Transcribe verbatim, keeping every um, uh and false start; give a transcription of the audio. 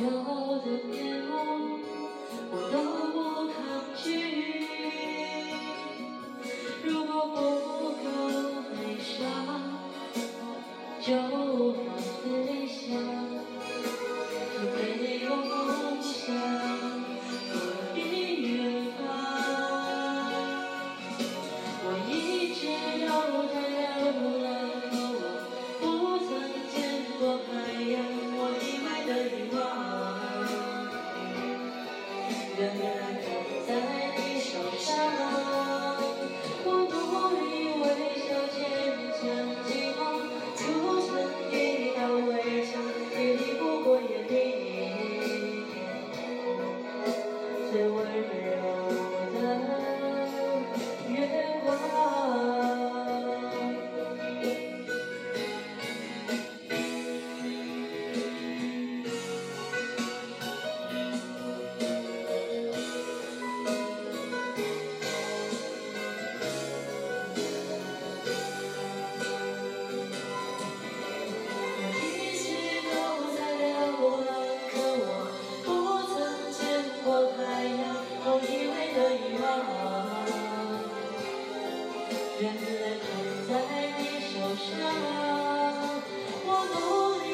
有的面目，我都不抗拒。如果不够悲伤，就放飞理想，给你梦想，和你远方。我一直都在流浪，可我不曾见过海洋，我以为的遗忘，原来都在你手上。我努力微笑坚强，惊慌筑成一道围墙，给你不过眼里最温柔的月光。我以为的遗忘，原来躺在你手上。我努力。